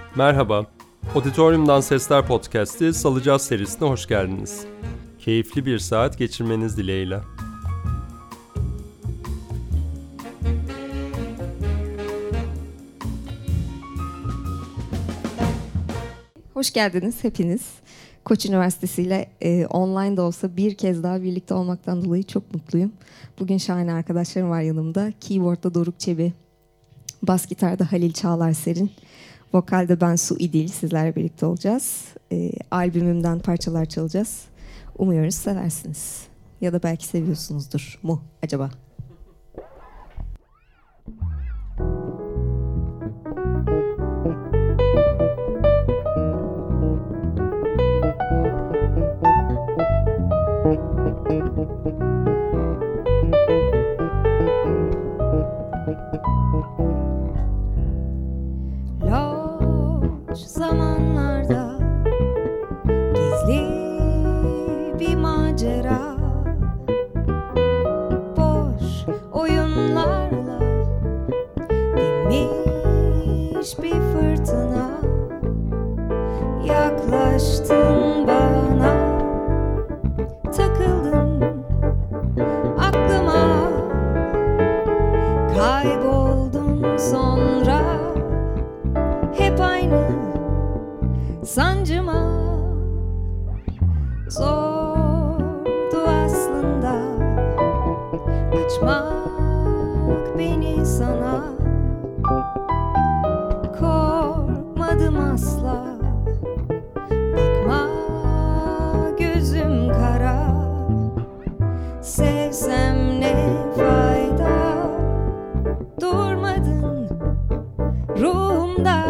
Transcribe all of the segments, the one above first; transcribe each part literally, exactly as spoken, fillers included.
Merhaba, Auditorium'dan Sesler Podcast'i Salıcağız serisine hoş geldiniz. Keyifli bir saat geçirmeniz dileğiyle. Hoş geldiniz hepiniz. Koç Üniversitesi ile e, online de olsa bir kez daha birlikte olmaktan dolayı çok mutluyum. Bugün şahane arkadaşlarım var yanımda. Keyboard'da Doruk Çebi, bas gitarda Halil Çağlar Serin, vokalde ben Su İdil, sizlerle birlikte olacağız. E, albümümden parçalar çalacağız. Umuyoruz seversiniz. Ya da belki seviyorsunuzdur mu acaba? Loş zamanlarda gizli bir macera, boş oyunlarla dinmiş bir fırtına. Yaklaştın bana, takıldın aklıma, kayboldun sonra hep aynı sancıma. Zordu aslında açmak beni sana, korkmadım asla, bakma gözüm kara. Sevsem ne fayda, durmadın ruhumda.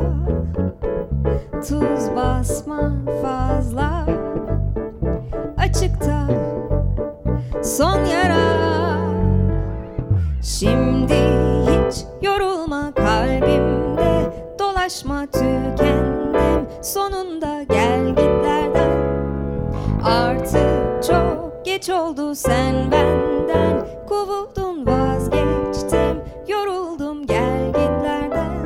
Tuz basma fazla, açıkta son yara. Şimdi hiç yorulma, kalbimde dolaşma, tükendim sonunda gelgitlerden. Artık çok geç oldu, sen benden kovuldun, vazgeçtim, yoruldum gelgitlerden.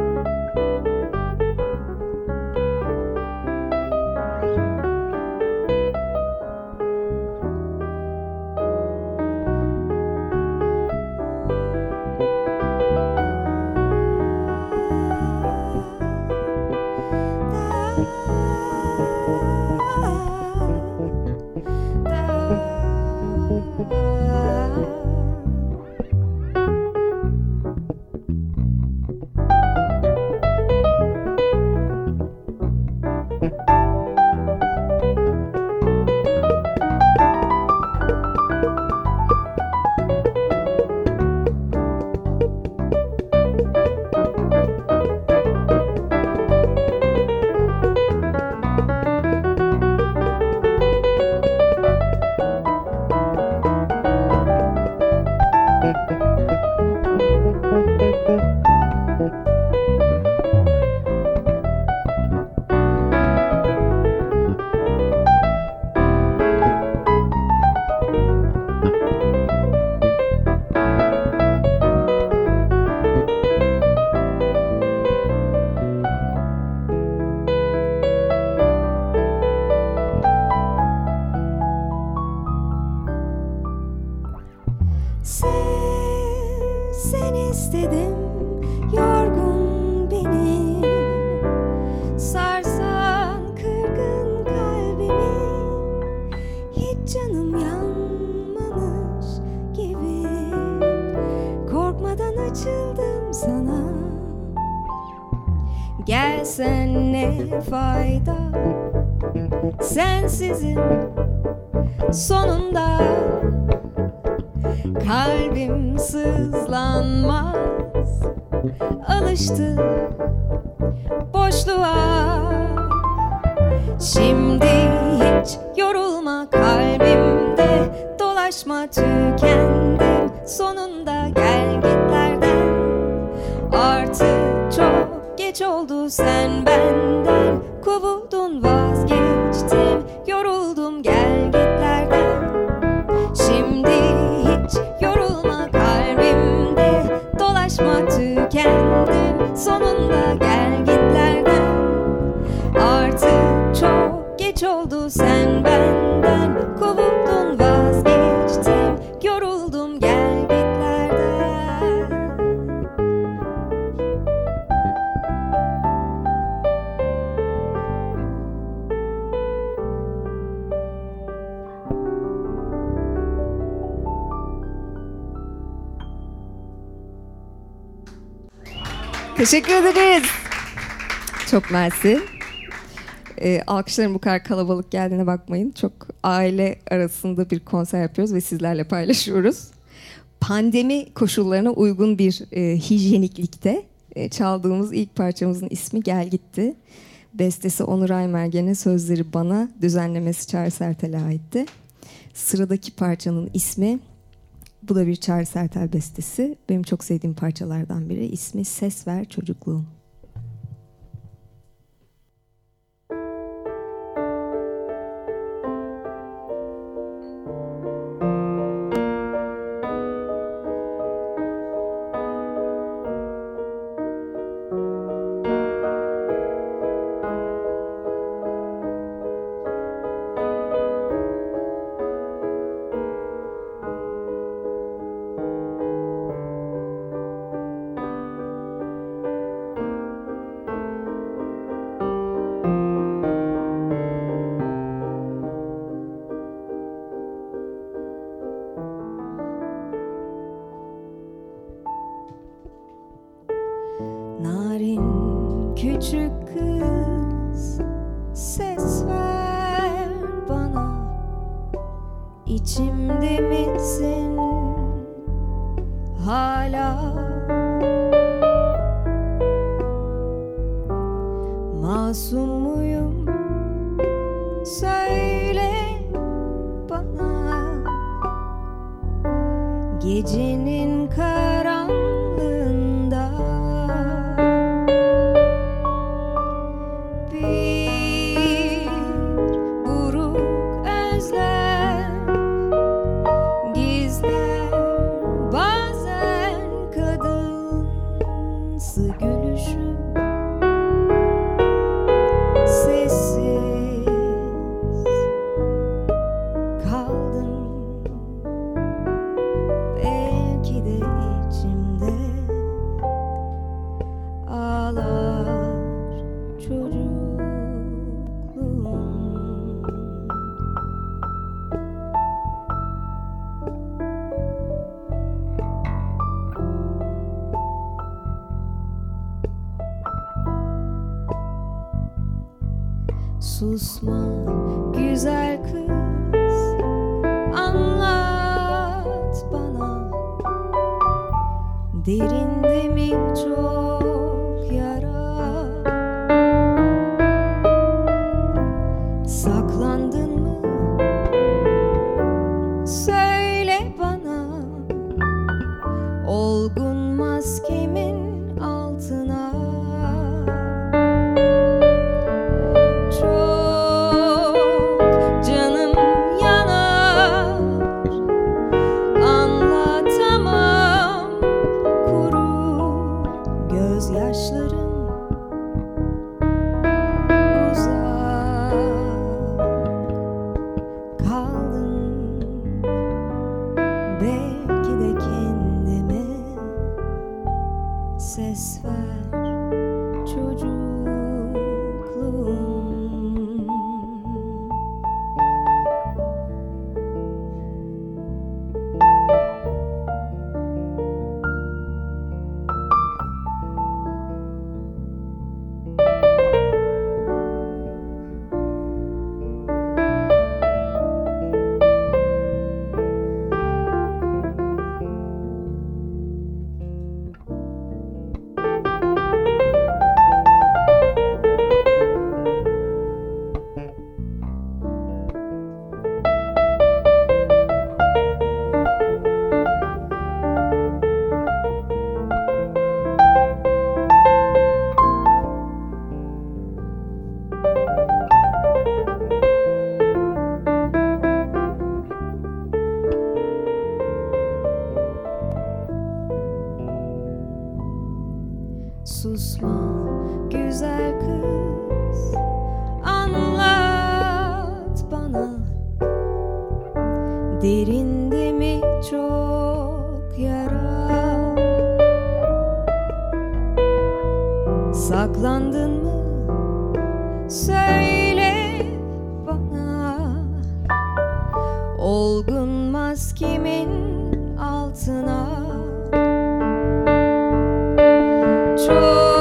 Sev, sen istedim, yorgun beni, sarsan kırgın kalbimi. Hiç canım yanmamış gibi, korkmadan açıldım sana. Gelsen ne fayda, sensizim sonunda. Kalbim sızlanmaz, alıştı boşluğa. Şimdi hiç yorulma, kalbimde dolaşma, tükendim sonunda gelgitlerden. Artık çok geç oldu, sen benden kovuldun, vazgeçtim, yoruldum gelgitlerden. Şimdi hiç yorulma, kalbimde dolaşma, tükendim sonunda gelgitlerden. Teşekkür ederiz. Çok mersi. E, alkışların bu kadar kalabalık geldiğine bakmayın. Çok aile arasında bir konser yapıyoruz ve sizlerle paylaşıyoruz. Pandemi koşullarına uygun bir e, hijyeniklikte e, çaldığımız ilk parçamızın ismi Gel Gitti. Bestesi Onur Aymergen'e, sözleri bana, düzenlemesi Çağrı Sertel'e aitti. Sıradaki parçanın ismi, bu da bir Çağrı Sertel bestesi. Benim çok sevdiğim parçalardan biri. İsmi Ses Ver Çocukluğum. Küçük kız, ses ver bana, içimde misin hala? Masum muyum, söyle bana, gecenin karanlığında susma güzel kız, anlat bana, derinde mi çok yara, saklandın mı, söyle bana, olgun maskemin altına. Ses ver çocukluğum. Susma güzel kız, anlat bana, derinde mi çok yara, saklandın mı, söyle bana, olgun maskemin altına. Çok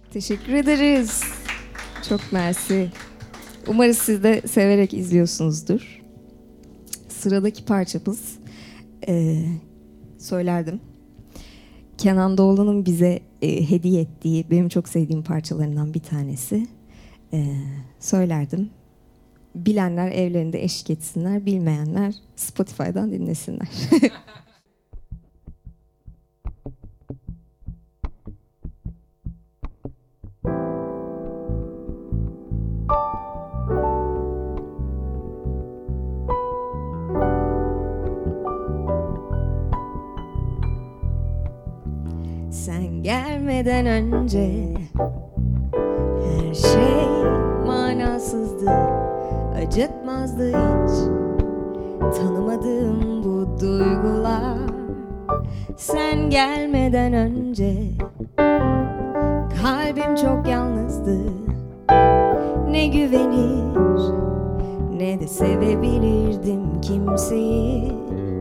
Teşekkür ederiz. Çok mersi. Umarız siz de severek izliyorsunuzdur. Sıradaki parçamız e, söylerdim. Kenan Doğulu'nun bize e, hediye ettiği benim çok sevdiğim parçalarından bir tanesi. E, söylerdim. Bilenler evlerinde eşlik etsinler, bilmeyenler Spotify'dan dinlesinler. Sen gelmeden önce her şey manasızdı, acıtmazdı hiç. Tanımadığım bu duygular. Sen gelmeden önce kalbim çok yalnızdı. Ne güvenir ne de sevebilirdim kimseyi.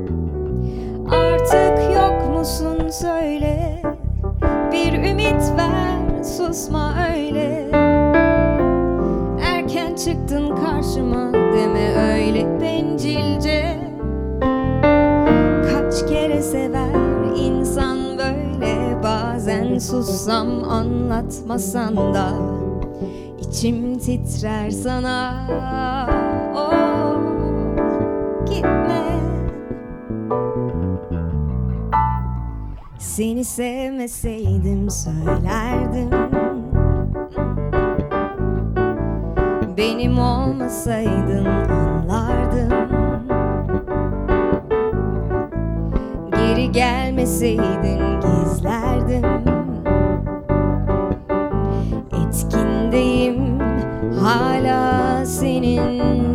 Artık yok musun söyle, bir ümit ver, susma öyle. Erken çıktın karşıma deme öyle bencilce. Kaç kere sever insan böyle, bazen sussam anlatmasan da içim titrer sana. Oh, gitme. Seni sevmeseydim söylerdim, benim olmasaydın anlardım. Geri gelmeseydin gizlerdim. Etkindeyim hala senin.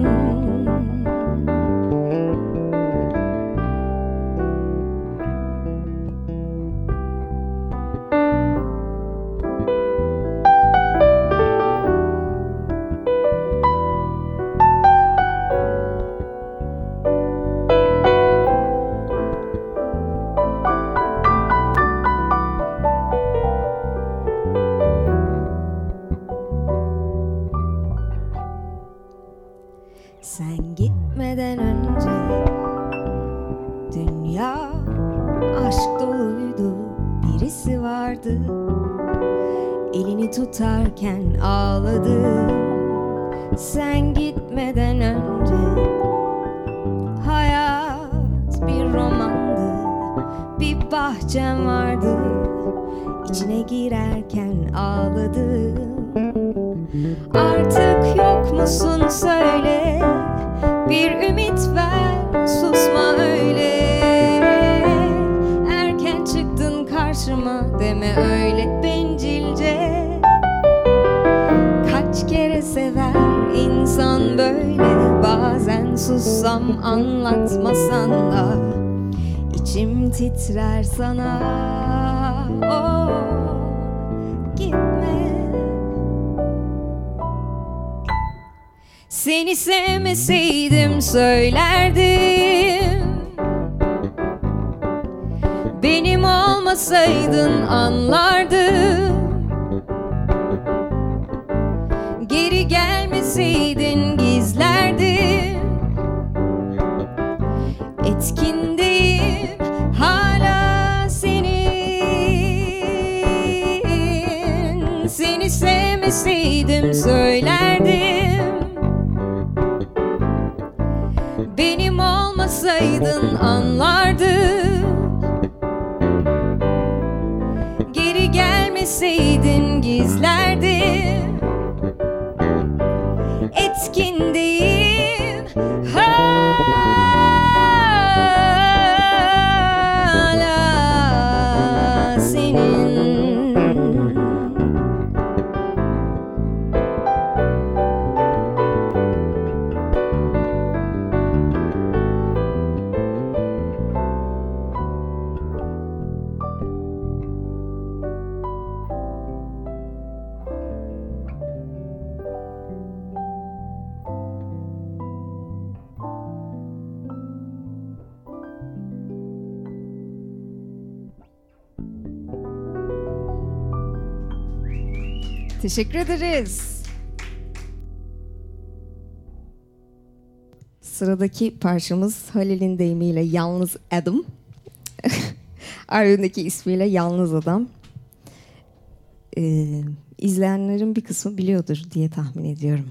Sen gitmeden önce dünya aşk doluydu, birisi vardı. Elini tutarken ağladım. Sen gitmeden önce hayat bir romandı, bir bahçem vardı. İçine girerken ağladım. Artık yok musun söyle, bir ümit ver, susma öyle. Erken çıktın karşıma deme öyle bencilce. Kaç kere sever insan böyle, bazen sussam anlatmasan da içim titrer sana. Oh, gitme. Seni sevmeseydim söylerdim, benim olmasaydın anlardım. Geri gelmeseydin gizlerdim. Etkindeyim hala senin. Seni sevmeseydim söylerdim, benim olmasaydın anlardım. Geri gelmeseydin gizlerdim. Etkindeyim hala senin. Teşekkür ederiz. Sıradaki parçamız Halil'in deyimiyle Yalnız Adam. Albümdeki ismiyle Yalnız Adam. Ee, izleyenlerin bir kısmı biliyordur diye tahmin ediyorum.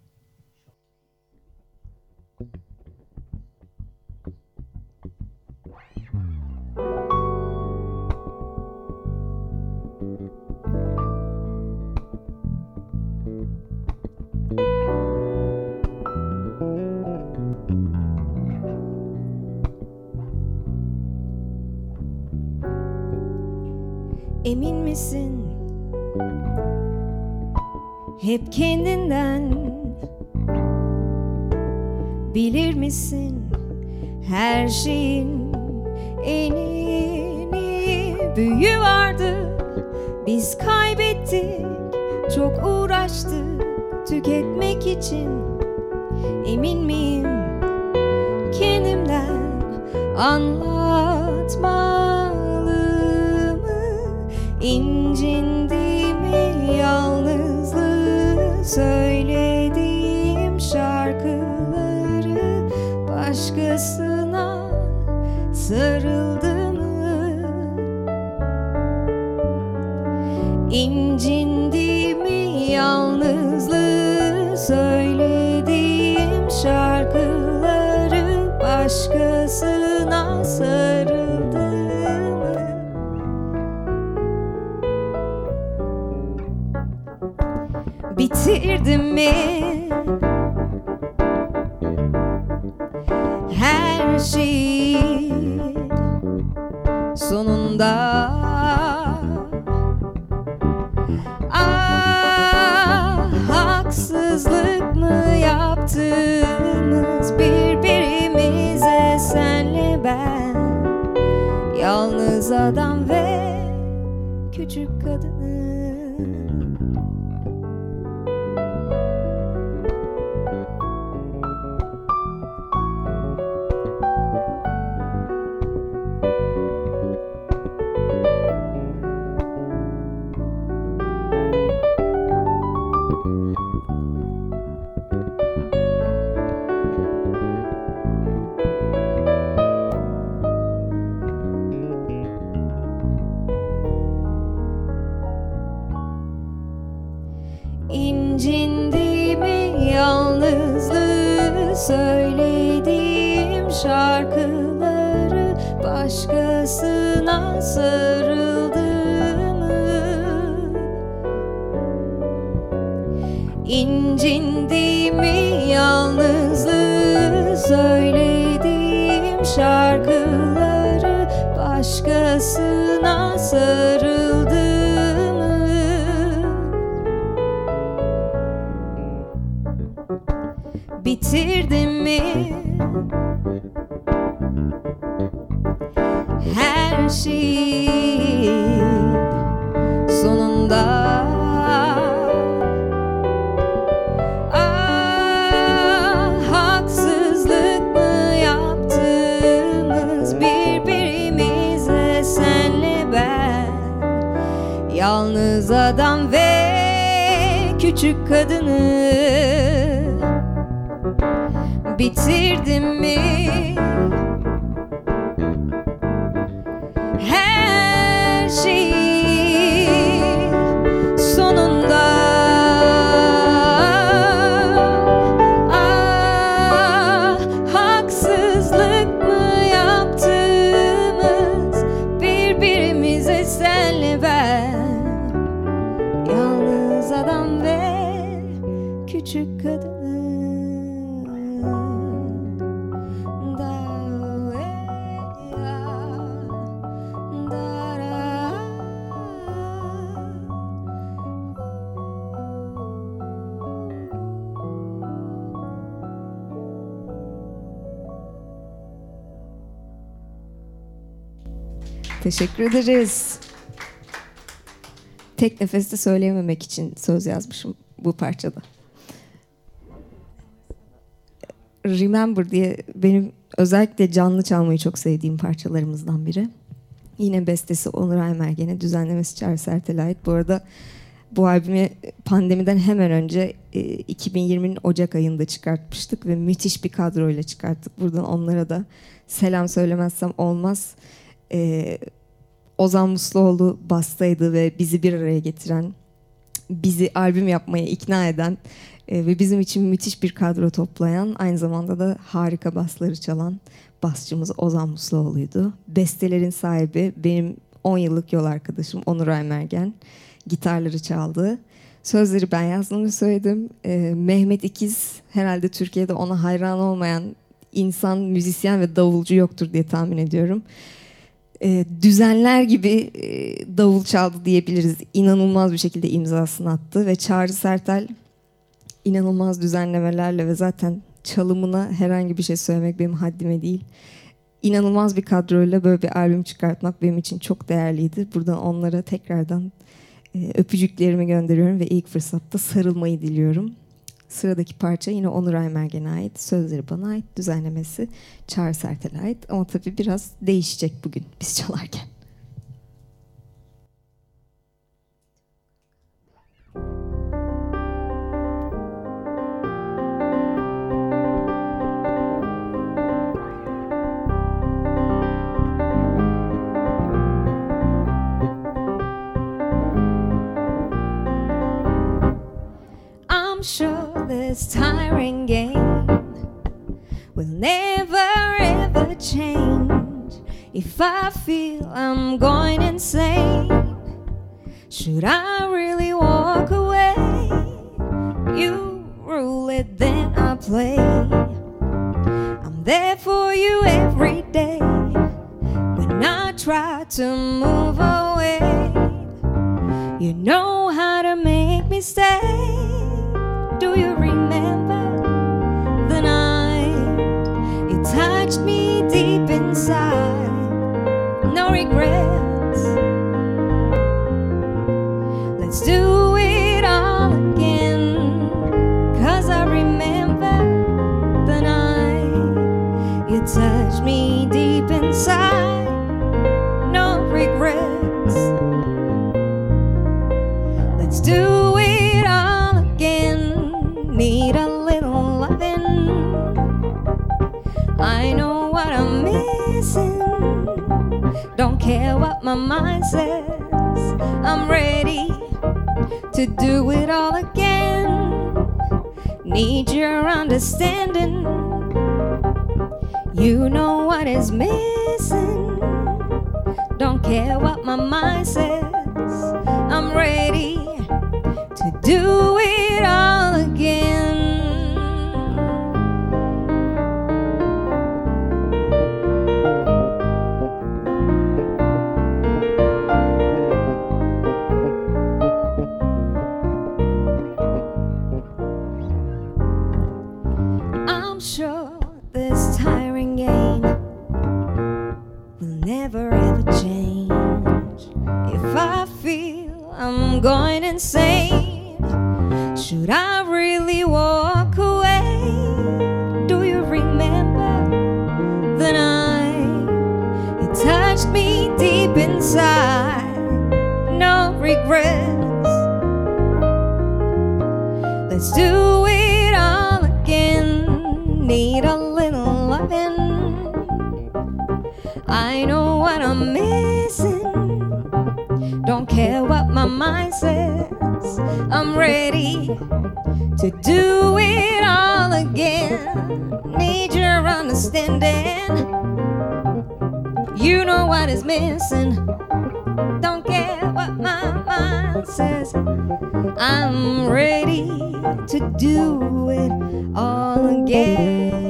Emin misin? Hep kendinden. Bilir misin? Her şeyin enini büyü vardı. Biz kaybettik. Çok uğraştık tüketmek için. Emin miyim? Kendimden anlatmalı mı? İncindiğimi, yalnızlığı, söylediğim şarkıları başkasına sarıldı mı? İncindiğimi, yalnızlığı, söylediğim şarkıları başkasına sarıldı mı? Bitirdim mi her şeyi sonunda? Ah, haksızlık mı yaptığımız birbirimize, senle ben, yalnız adam ve küçük kadını? İncindiğimi, yalnızlığı, söylediğim şarkıları başkasına sarıldı mı? İncindiğimi, yalnızlığı, söylediğim şarkıları başkasına sarıldı mı? Bitirdim mi her şeyi sonunda? Ah, haksızlık mı yaptığımız birbirimize, senle ben, yalnız adam ve küçük kadını? Bitirdim mi her şeyi sonunda? Ah, haksızlık mı yaptığımız birbirimize, senle ben, yalnız adam ve küçük kadın? Teşekkür ederiz. Tek nefeste söyleyememek için söz yazmışım bu parçada. Remember diye benim özellikle canlı çalmayı çok sevdiğim parçalarımızdan biri. Yine bestesi Onur Aymergen'e, düzenlemesi Charles Ertel'e ait. Bu arada Bu albümü pandemiden hemen önce e, iki bin yirminin Ocak ayında çıkartmıştık ve müthiş bir kadroyla çıkarttık. Buradan onlara da selam söylemezsem olmaz. E, Ozan Musluoğlu bastaydı ve bizi bir araya getiren, bizi albüm yapmaya ikna eden e, ve bizim için müthiş bir kadro toplayan, aynı zamanda da harika basları çalan basçımız Ozan Musluoğlu'ydu. Bestelerin sahibi benim on yıllık yol arkadaşım Onur Aymergen. Gitarları çaldı. Sözleri ben yazdım ve söyledim. Ee, Mehmet İkiz herhalde Türkiye'de ona hayran olmayan insan, müzisyen ve davulcu yoktur diye tahmin ediyorum. Ee, düzenler gibi e, davul çaldı diyebiliriz. İnanılmaz bir şekilde imzasını attı ve Çağrı Sertel inanılmaz düzenlemelerle ve zaten çalımına herhangi bir şey söylemek benim haddime değil. İnanılmaz bir kadroyla böyle bir albüm çıkartmak benim için çok değerliydi. Buradan onlara tekrardan e, öpücüklerimi gönderiyorum ve ilk fırsatta sarılmayı diliyorum. Sıradaki parça yine Onur Aymergen'e ait. Sözleri bana ait, düzenlemesi Çağrı Sertel'e ait. Ama tabii biraz değişecek bugün biz çalarken. I'm sure this tiring game will never ever change. If I feel I'm going insane, should I really walk away? You rule it, then I play. I'm there for you every day. When I try to move away, you know how to make me stay. Do you remember the night you touched me deep inside? No regrets. Let's do it all again. 'Cause I remember the night you touched me deep inside. No regrets. Let's do it all again. Need a little loving. I know what I'm missing. Don't care what my mind says. I'm ready to do it all again. Need your understanding. You know what is missing. Don't care what my mind says. I'm ready to do it all again. I'm sure this tiring game will never ever change. If I feel I'm going insane, should I really walk away? Do you remember the night you touched me deep inside? No regrets. Let's do it all again. Need a little loving. I know what I'm missing. Don't care what my mind says. I'm ready to do it all again. Need your understanding. You know what is missing. Don't care what my mind says. I'm ready to do it all again.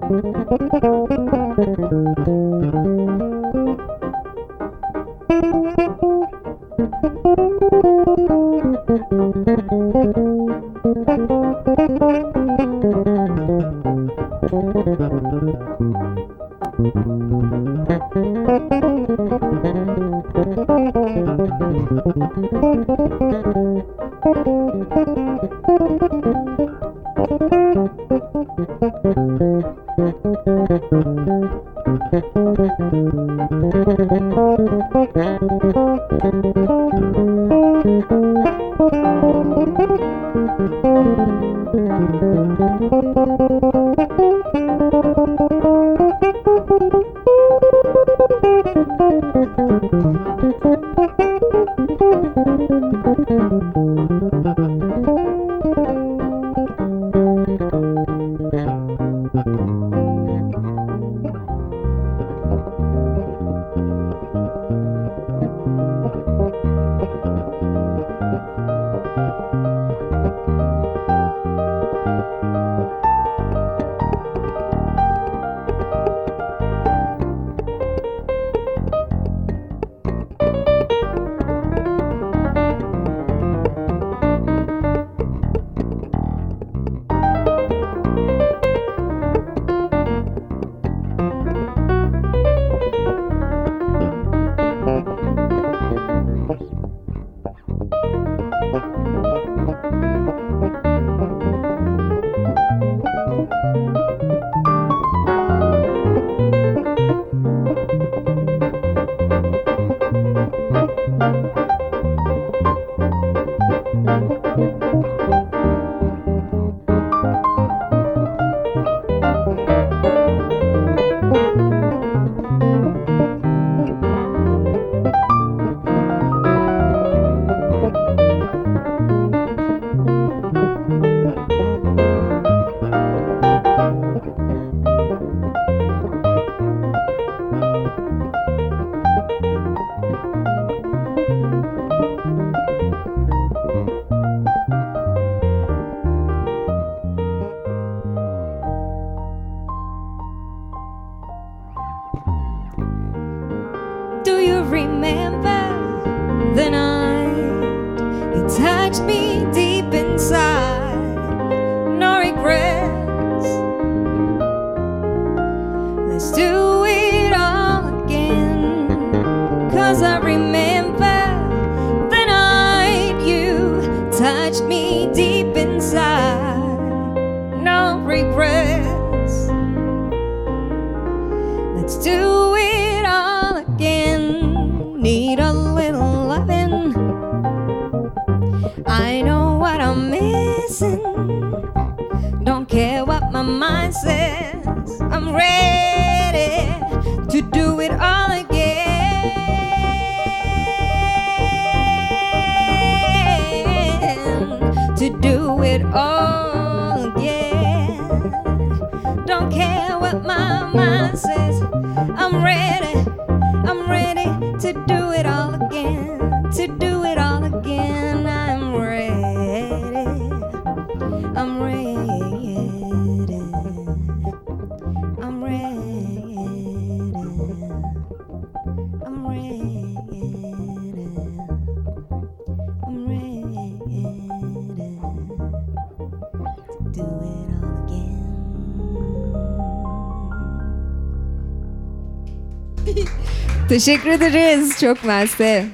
Teşekkür ederiz. Çok mersi.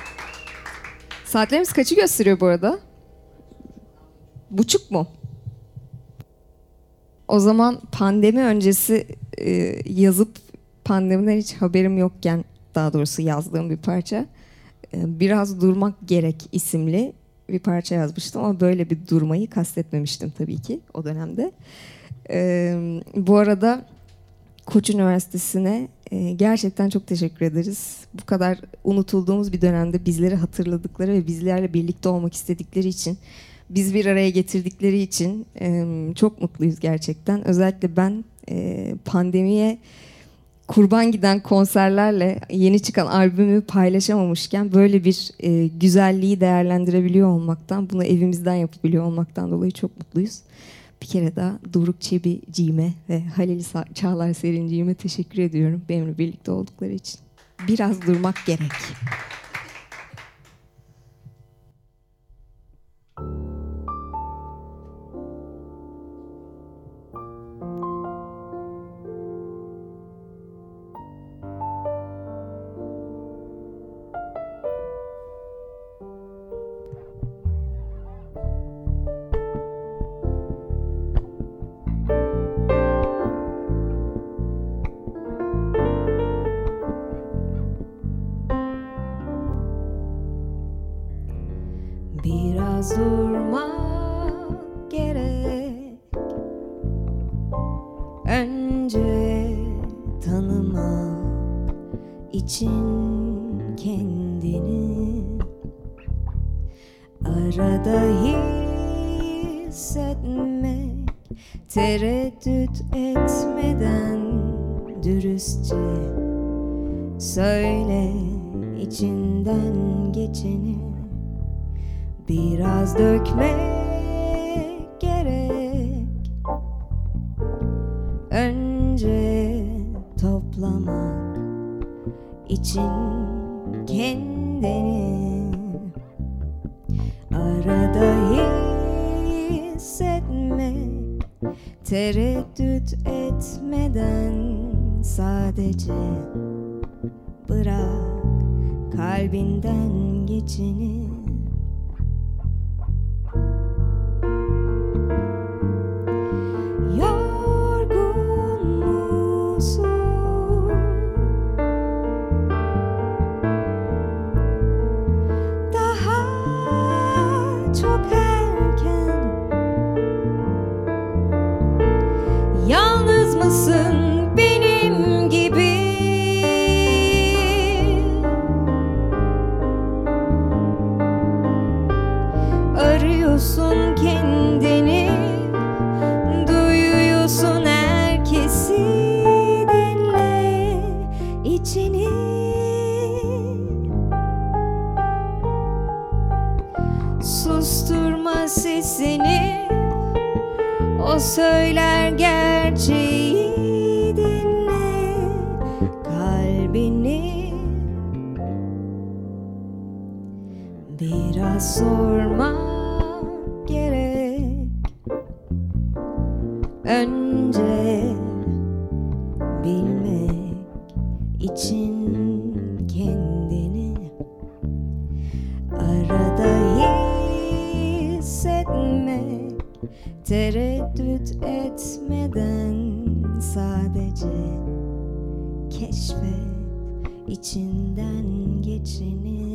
Saatlerimiz kaçı gösteriyor bu arada? Buçuk mu? O zaman pandemi öncesi e, yazıp pandemiden hiç haberim yokken, daha doğrusu yazdığım bir parça. E, Biraz Durmak Gerek isimli bir parça yazmıştım ama böyle bir durmayı kastetmemiştim tabii ki o dönemde. E, bu arada Koç Üniversitesi'ne e, gerçekten çok teşekkür ederiz. Bu kadar unutulduğumuz bir dönemde bizleri hatırladıkları ve bizlerle birlikte olmak istedikleri için, biz bir araya getirdikleri için e, çok mutluyuz gerçekten. Özellikle ben e, pandemiye kurban giden konserlerle yeni çıkan albümü paylaşamamışken böyle bir e, güzelliği değerlendirebiliyor olmaktan, bunu evimizden yapabiliyor olmaktan dolayı çok mutluyuz. Bir kere daha Doruk Çebiciğime ve Halil Çağlar Serinciğime teşekkür ediyorum benimle birlikte oldukları için. Biraz durmak gerek. Biraz durmak gerek. Önce tanımak için kendini, arada hissetmek, tereddüt etmeden dürüstçe söyle içinden geçeni. Biraz dökmek gerek. Önce toplamak için kendini, arada hissetmek, tereddüt etmeden sadece bırak kalbinden geçeni. Benim gibi arıyorsun kendini, duyuyorsun herkesi, dinle içini. Susturma sesini, o söyler gerçeği. Biraz sormak gerek. Önce bilmek için kendini, arada hissetmek, tereddüt etmeden sadece keşfet içinden geçeni.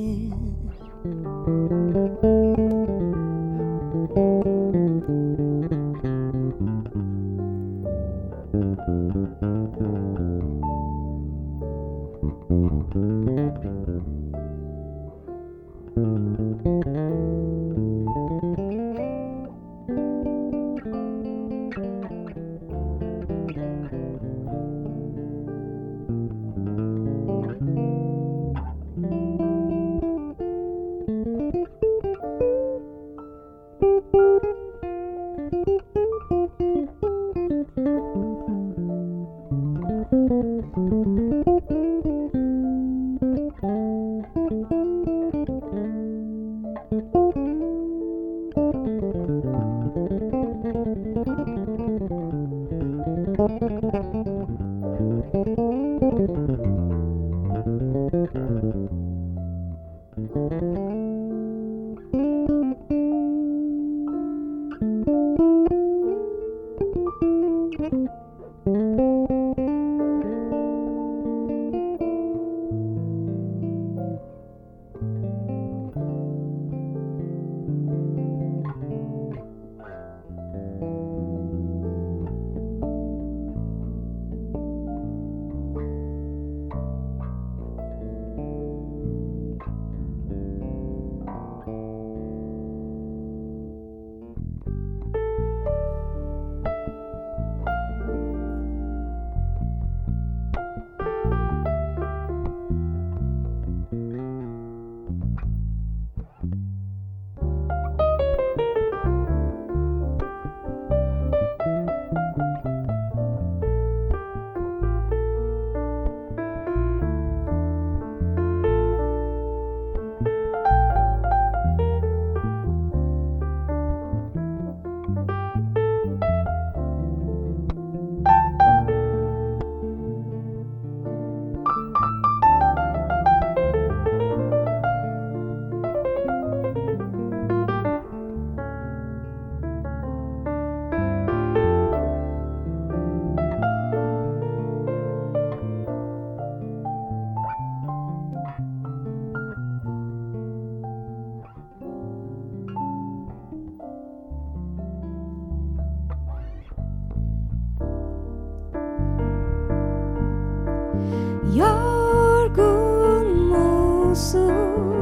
Yorgun musun?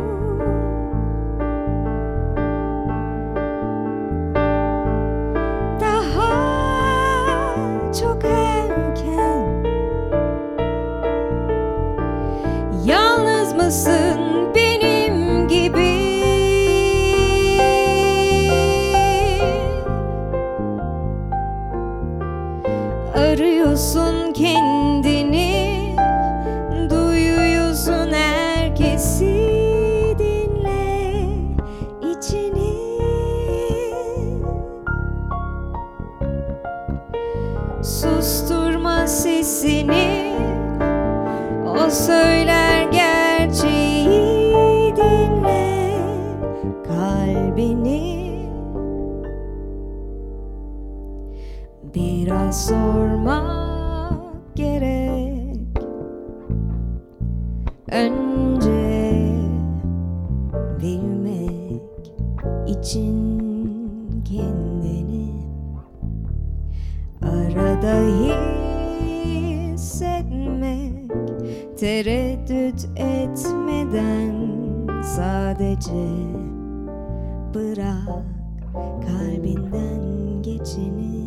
Daha çok erken. Yalnız mısın benim gibi? Arıyorsun kendini, duyuyorsun herkesi, dinle içini. Susturma sesini, o söyler gerçeği, dinle kalbini. Biraz sormak gerek, önce bilmek için kendini. Arada hissetmek, tereddüt etmeden sadece bırak kalbinden geçini.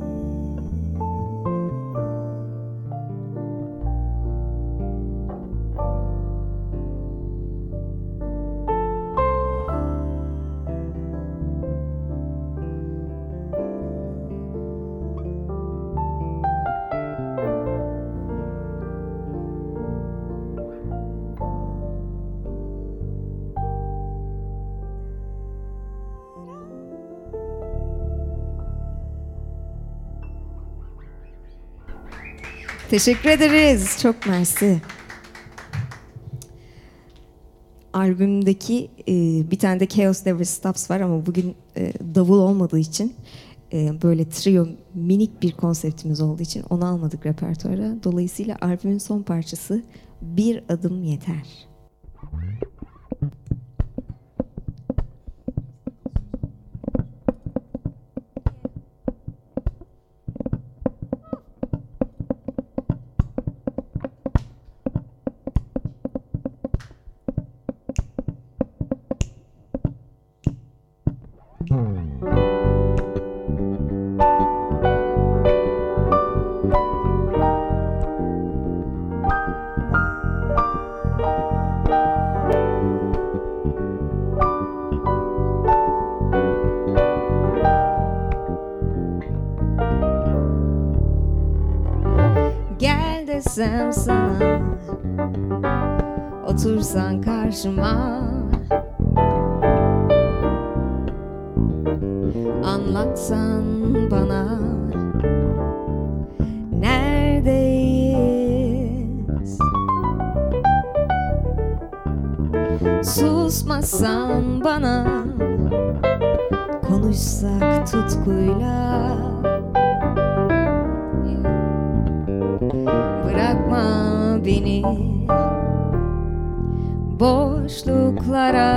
Teşekkür ederiz. Çok mersi. Albümdeki e, bir tane de Chaos Never Stops var ama bugün e, davul olmadığı için e, böyle trio minik bir konseptimiz olduğu için onu almadık repertuara. Dolayısıyla albümün son parçası Bir Adım Yeter. Gel desem sana, otursan karşıma, anlatsan bana neredeyiz. Susmasan bana, konuşsak tutkuyla. Bırakma beni boşluklara,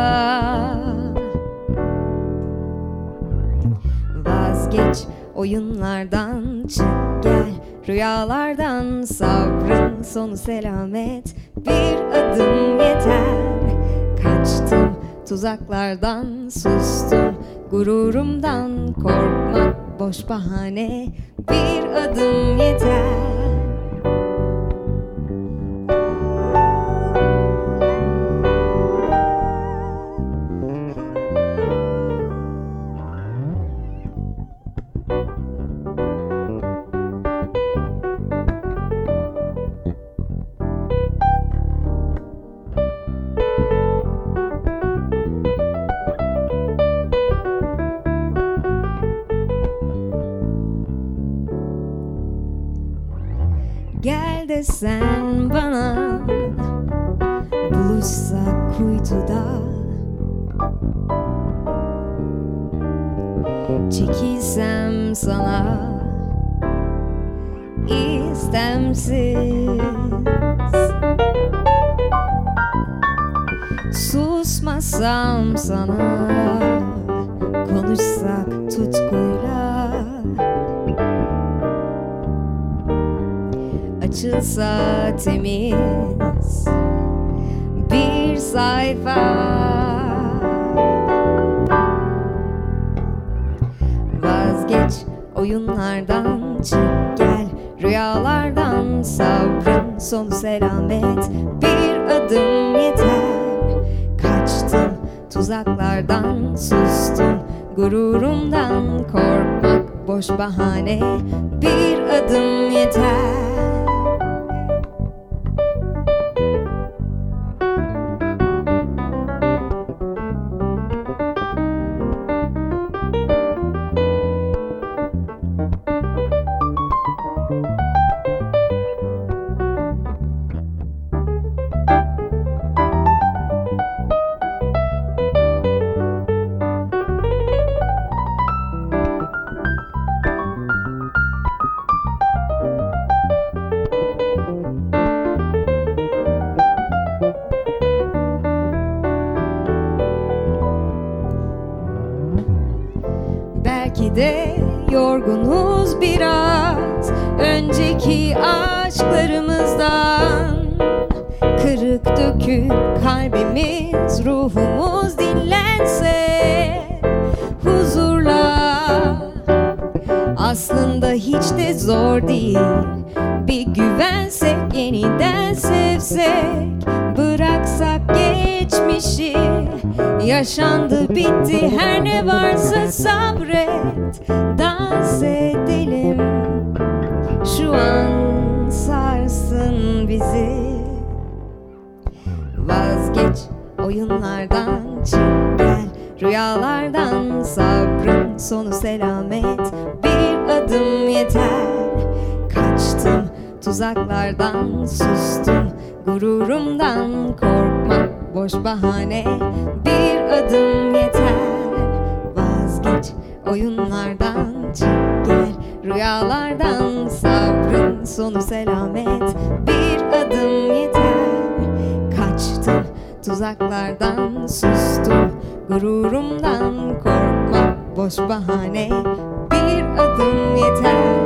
vazgeç oyunlardan, çık gel rüyalardan. Sabrın sonu selamet, bir adım yeter. Kaçtım tuzaklardan, sustum gururumdan. Korkmak boş bahane, bir adım yeter. Gel desen bana, buluşsak kuytuda. Çekilsem sana istemsiz. Susmasam sana, konuşsak tutkuyla. Açılsam olmasa temiz bir sayfa. Vazgeç oyunlardan, çık gel rüyalardan. Sabrın sonu selamet, bir adım yeter. Kaçtım tuzaklardan, sustum gururumdan. Korkmak boş bahane, bir adım yeter. Belki de yorgunuz biraz önceki aşklarımızdan. Kırık dökük kalbimiz, ruhumuz dinlense huzurla. Aslında hiç de zor değil, bir güvensek, yeniden sevsek. Bıraksak geçmişi, yaşandı bitti, her ne varsa sabret. Dans edelim, şu an sarsın bizi. Vazgeç oyunlardan, çık gel rüyalardan. Sabrın sonu selamet, bir adım yeter. Kaçtım tuzaklardan, sustum gururumdan. Korkmak boş bahane, bir adım yeter. Vazgeç oyunlardan, çık gel rüyalardan. Sabrın sonu selamet, bir adım yeter. Kaçtım tuzaklardan, sustum gururumdan. Korkmak boş bahane, bir adım yeter.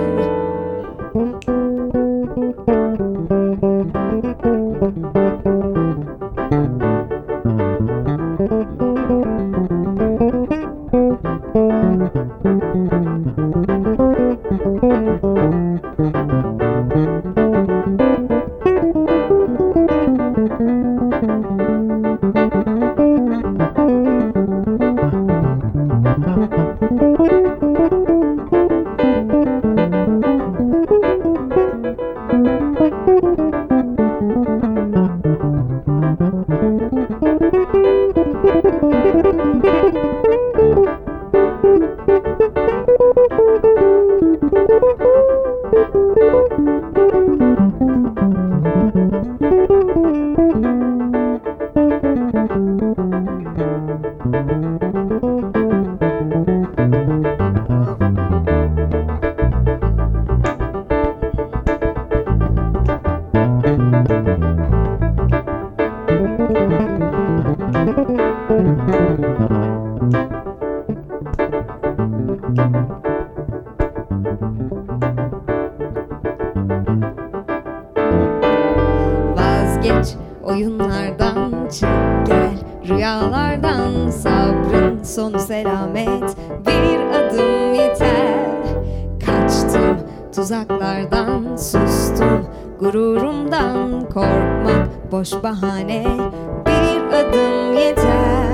Vazgeç oyunlardan, çık gel rüyalardan. Sabrın sonu selamet, bir adım yeter. Kaçtım tuzaklardan, sustum gururumdan. Korkmak boş bahane, bir adım yeter.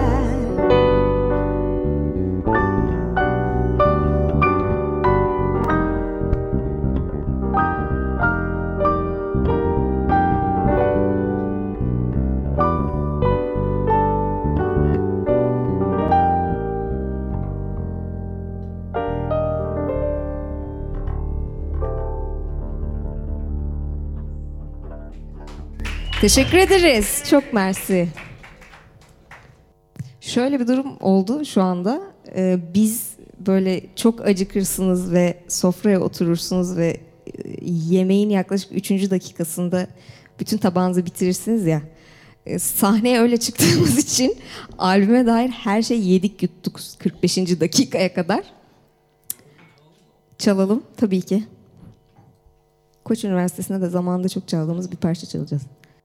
Teşekkür ederiz. Çok mersi. Şöyle bir durum oldu şu anda. Ee, biz böyle çok acıkırsınız ve sofraya oturursunuz ve yemeğin yaklaşık üçüncü dakikasında bütün tabağınızı bitirirsiniz ya. Ee, sahneye öyle çıktığımız için albüme dair her şeyi yedik yuttuk kırk beşinci dakikaya kadar. Çalalım tabii ki. Koç Üniversitesi'nde de zamanında çok çaldığımız bir parça çalacağız.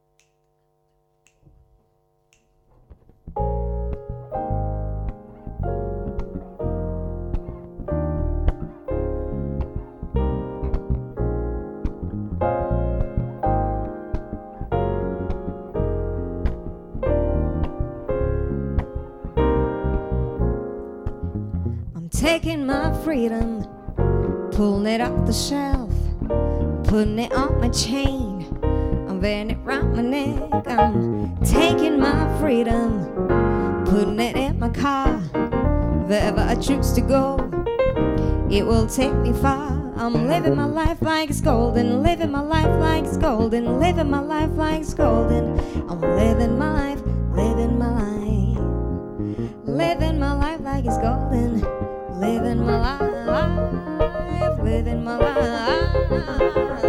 Taking my freedom, pulling it off the shelf, putting it on my chain, I'm wearing it round my neck. I'm taking my freedom, putting it in my car, wherever I choose to go, it will take me far. I'm living my life like it's golden, living my life like it's golden, living my life like it's golden. I'm living my life, living my life, living my life like it's golden. Living my life, living my life.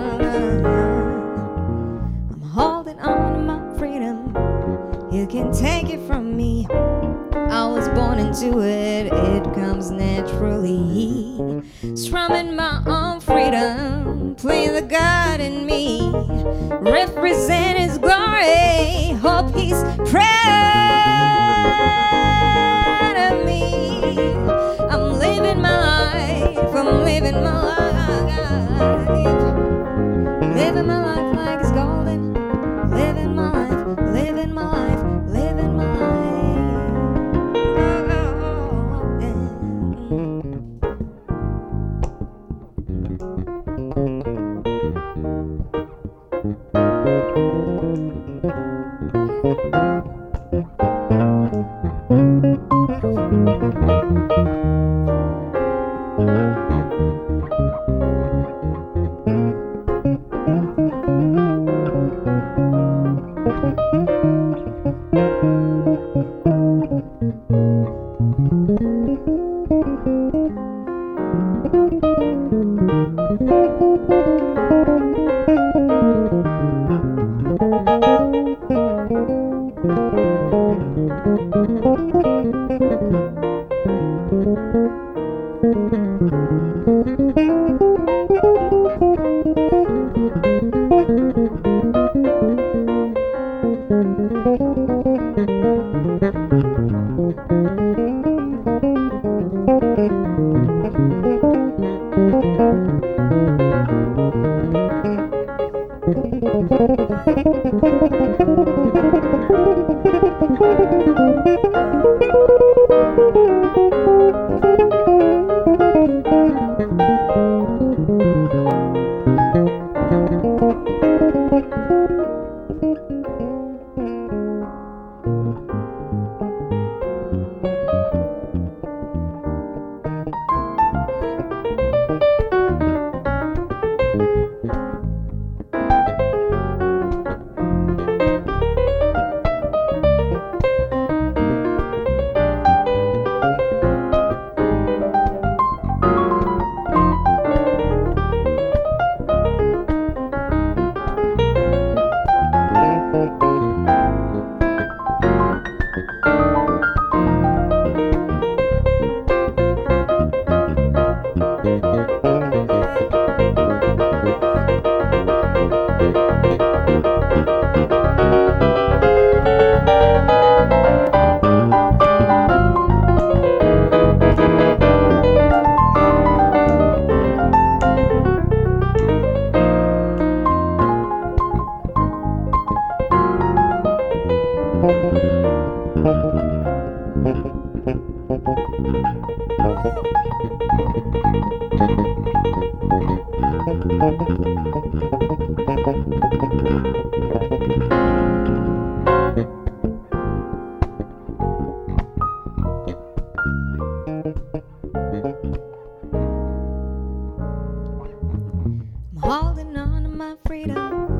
I'm holding on to my freedom. You can take it from me. I was born into it, it comes naturally. Strumming my own freedom, playing the God in me. Represent His glory, hope He's proud of me. I'm living my life, I'm living my life, living my life like it's golden, living my life, living my life, living my life. Oh, yeah. Holding on to my freedom,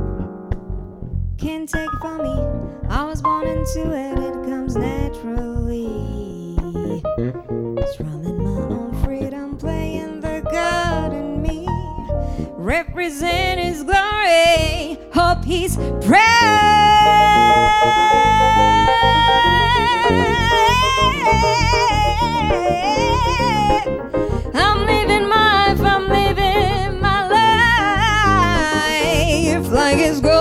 can't take it from me. I was born into it, it comes naturally. Strumming my own freedom, playing the God in me. Represent His glory, hope He's proud. I'm living my life, I'm living my life.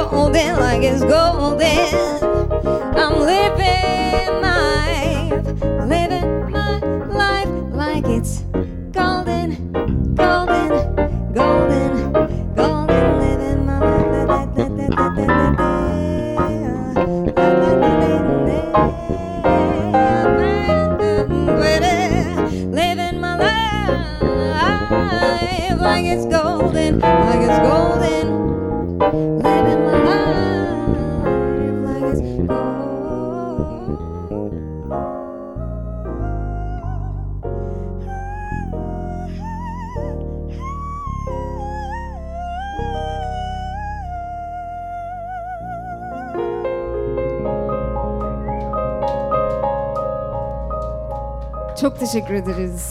golden, like it's golden. I'm living my, living my life like it's golden, golden, golden, golden. Living my life, da, da, da, da, da, da, da. Living my life like it's golden, like it's golden. Living my life like it's golden. Çok teşekkür ederiz.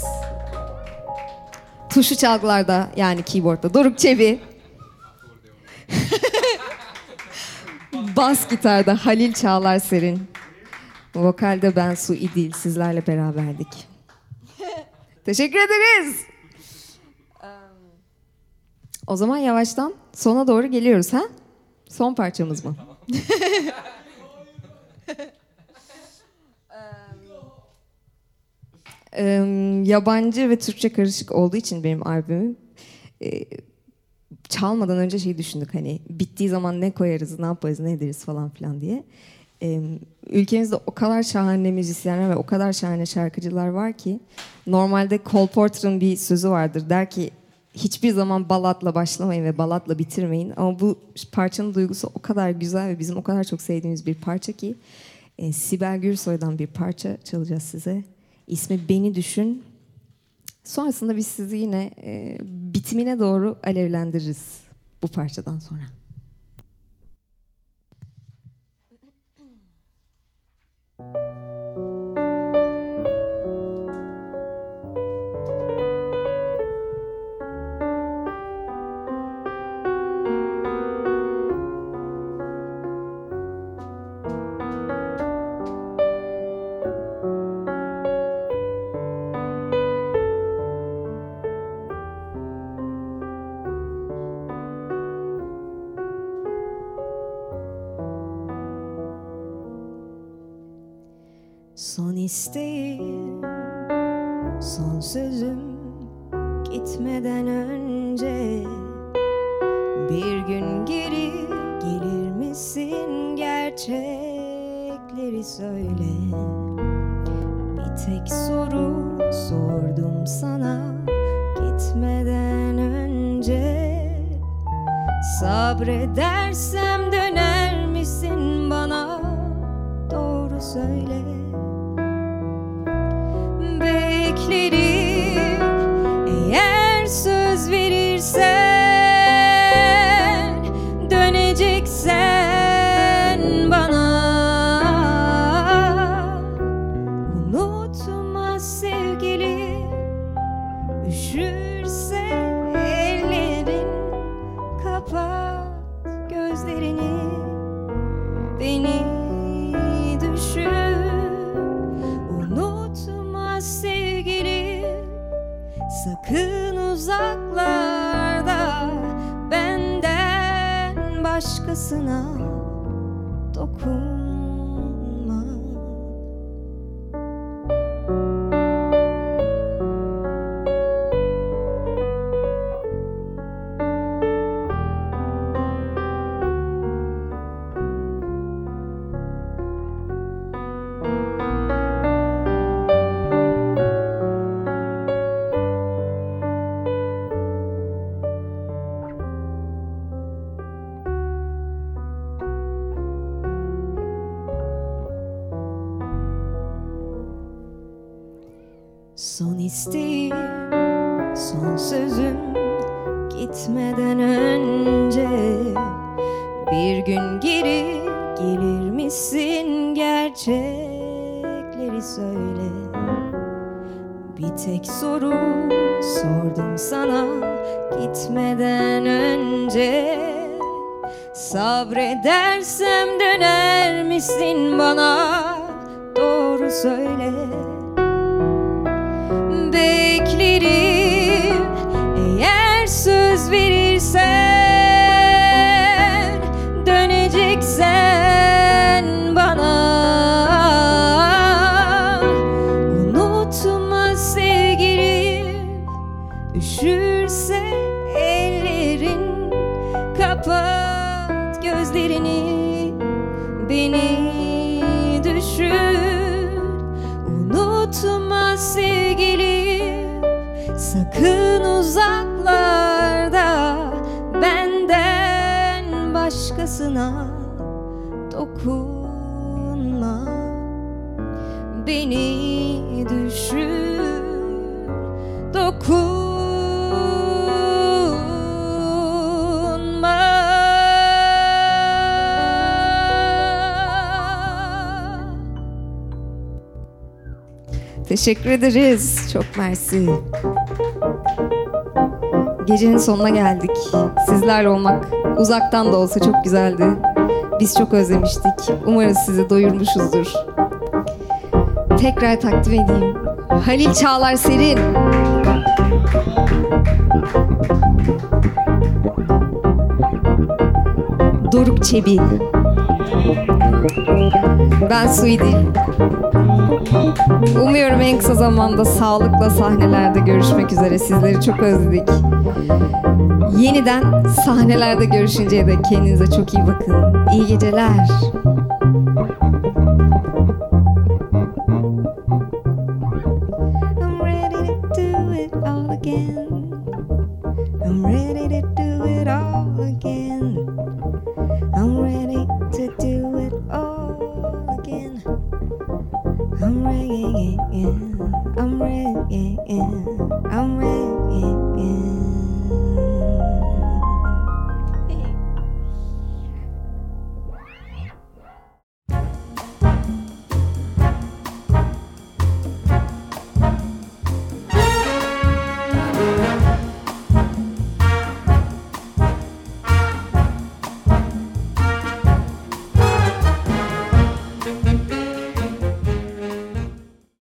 Tuşu çalgılarda yani keyboardda Doruk Çebi. Bas gitarda Halil Çağlar Serin. Vokalde ben Su İdil sizlerle beraberdik. Teşekkür ederiz. O zaman yavaştan sona doğru geliyoruz ha? Son parçamız mı? Ee, yabancı ve Türkçe karışık olduğu için benim albümüm e, çalmadan önce şey düşündük, hani bittiği zaman ne koyarız, ne yaparız, ne ederiz falan filan diye. E, ülkemizde o kadar şahane müzisyenler ve o kadar şahane şarkıcılar var ki normalde Cole Porter'ın bir sözü vardır, der ki hiçbir zaman balatla başlamayın ve balatla bitirmeyin, ama bu parçanın duygusu o kadar güzel ve bizim o kadar çok sevdiğimiz bir parça ki e, Sibel Gürsoy'dan bir parça çalacağız size. İsmi Beni Düşün. Sonrasında biz sizi yine e, bitimine doğru alevlendiririz bu parçadan sonra. Son isteğim, son sözüm gitmeden önce bir gün geri gelir misin, gerçekleri söyle. Bir tek soru sordum sana gitmeden önce, sabredersem döner misin bana, doğru söyle. Beklerim eğer söz verirsen, döneceksen bana. Unutma sevgili, üşürse ellerin, kapat gözlerini, beni düşün. Sevgili, sakın uzaklarda benden başkasına dokunma. Son isteğim, son sözüm gitmeden önce bir gün geri gelir misin, gerçekleri söyle. Bir tek soru sordum sana gitmeden önce, sabredersem döner misin bana, doğru söyle. Beklerim eğer söz verirsen, döne tek sen bana. Unutma sevgilim, üşürse ellerin, kapat gözlerini, beni düşün. Unutma sevgilim, sakın uzaklarda benden başkasına dokunma. Beni düşün, dokunma. Teşekkür ederiz. Çok mersi. Gecenin sonuna geldik. Sizlerle olmak uzaktan da olsa çok güzeldi. Biz çok özlemiştik. Umarız sizi doyurmuşuzdur. Tekrar takdim edeyim. Halil Çağlar Serin. Doruk Çebi. Ben Suidil. Umuyorum en kısa zamanda sağlıkla sahnelerde görüşmek üzere. Sizleri çok özledik. Yeniden sahnelerde görüşünceye dek kendinize çok iyi bakın. İyi geceler. I'm ready to do it all again. I'm ready to